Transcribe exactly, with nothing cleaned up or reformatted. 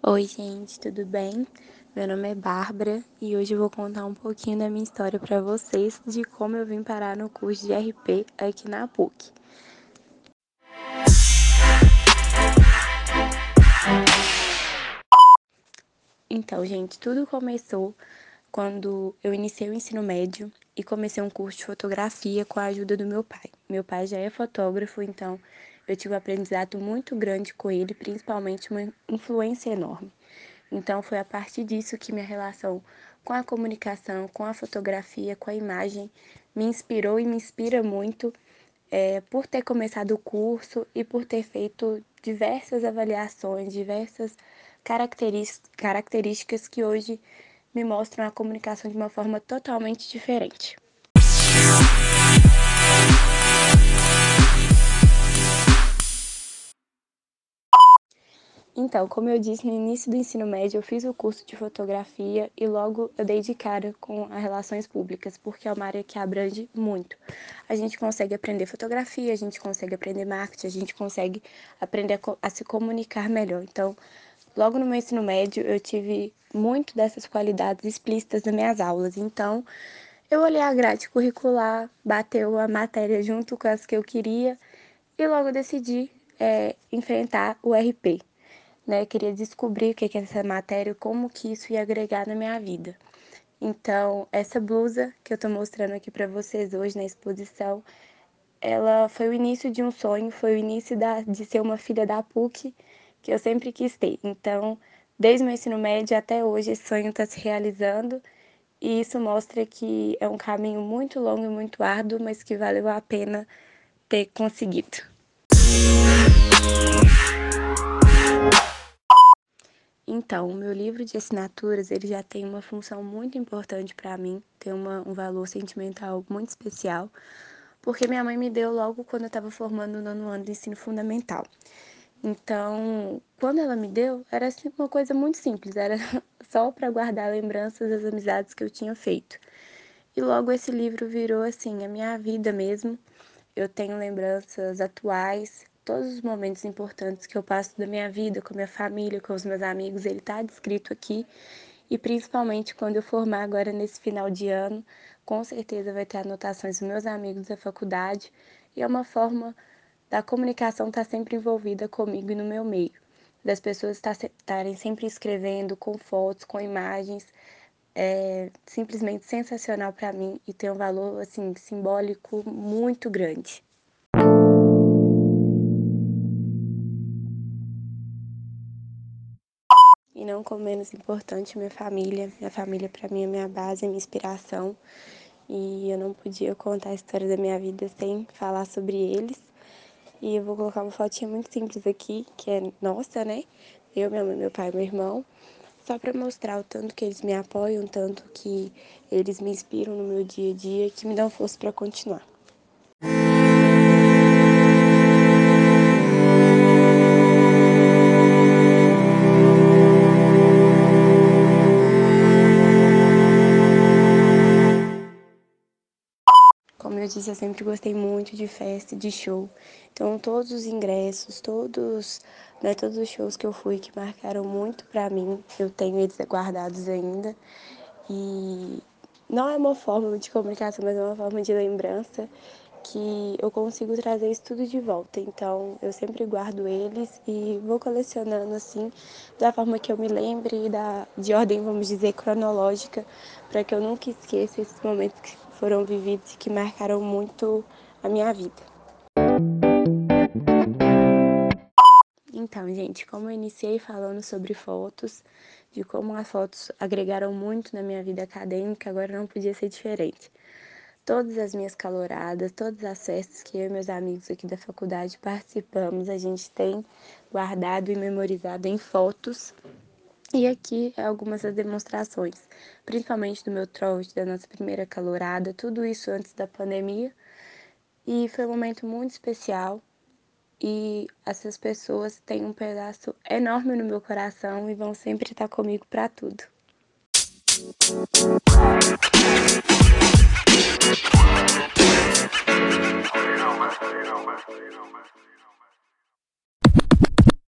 Oi, gente, tudo bem? Meu nome é Bárbara e hoje eu vou contar um pouquinho da minha história para vocês de como eu vim parar no curso de R P aqui na PUC. Então, gente, tudo começou quando eu iniciei o ensino médio e comecei um curso de fotografia com a ajuda do meu pai. Meu pai já é fotógrafo, então eu tive um aprendizado muito grande com ele, principalmente uma influência enorme. Então foi a partir disso que minha relação com a comunicação, com a fotografia, com a imagem me inspirou e me inspira muito é, por ter começado o curso e por ter feito diversas avaliações, diversas características que hoje me mostram a comunicação de uma forma totalmente diferente. Então, como eu disse, no início do ensino médio eu fiz o curso de fotografia e logo eu dei de cara com as relações públicas, porque é uma área que abrange muito. A gente consegue aprender fotografia, a gente consegue aprender marketing, a gente consegue aprender a, a se comunicar melhor. Então, logo no meu ensino médio eu tive muito dessas qualidades explícitas nas minhas aulas. Então, eu olhei a grade curricular, bateu a matéria junto com as que eu queria e logo decidi é, enfrentar o R P. Né, eu queria descobrir o que é essa matéria, como que isso ia agregar na minha vida. Então, essa blusa que eu tô mostrando aqui para vocês hoje na exposição, ela foi o início de um sonho, foi o início da, de ser uma filha da PUC que eu sempre quis ter. Então, desde o meu ensino médio até hoje, esse sonho está se realizando e isso mostra que é um caminho muito longo e muito árduo, mas que valeu a pena ter conseguido. Então, o meu livro de assinaturas, ele já tem uma função muito importante para mim, tem uma, um valor sentimental muito especial, porque minha mãe me deu logo quando eu estava formando o nono ano do ensino fundamental. Então, quando ela me deu, era assim, uma coisa muito simples, era só para guardar lembranças das amizades que eu tinha feito. E logo esse livro virou assim, a minha vida mesmo. Eu tenho lembranças atuais, todos os momentos importantes que eu passo da minha vida, com a minha família, com os meus amigos, ele está descrito aqui. E principalmente quando eu formar agora nesse final de ano, com certeza vai ter anotações dos meus amigos da faculdade. E é uma forma da comunicação estar sempre envolvida comigo e no meu meio. Das pessoas estarem sempre escrevendo com fotos, com imagens, é simplesmente sensacional para mim e tem um valor assim simbólico muito grande. E não como menos importante, minha família. Minha família para mim é minha base, é minha inspiração. E eu não podia contar a história da minha vida sem falar sobre eles. E eu vou colocar uma fotinha muito simples aqui, que é nossa, né? Eu, minha mãe, meu pai e meu irmão. Só para mostrar o tanto que eles me apoiam, o tanto que eles me inspiram no meu dia a dia, que me dão força para continuar. Como eu disse, eu sempre gostei muito de festa, de show. Então, todos os ingressos, todos, né, todos os shows que eu fui que marcaram muito pra mim, eu tenho eles guardados ainda. E não é uma forma de comunicação, mas é uma forma de lembrança que eu consigo trazer isso tudo de volta. Então, eu sempre guardo eles e vou colecionando assim, da forma que eu me lembre, da, de ordem, vamos dizer, cronológica, para que eu nunca esqueça esses momentos que foram vividos e que marcaram muito a minha vida. Então, gente, como eu iniciei falando sobre fotos, de como as fotos agregaram muito na minha vida acadêmica, agora não podia ser diferente. Todas as minhas caloradas, todas as festas que eu e meus amigos aqui da faculdade participamos, a gente tem guardado e memorizado em fotos. E aqui é algumas das demonstrações, principalmente do meu trote, da nossa primeira calorada, tudo isso antes da pandemia. E foi um momento muito especial e essas pessoas têm um pedaço enorme no meu coração e vão sempre estar comigo para tudo. You know, man. You know, man.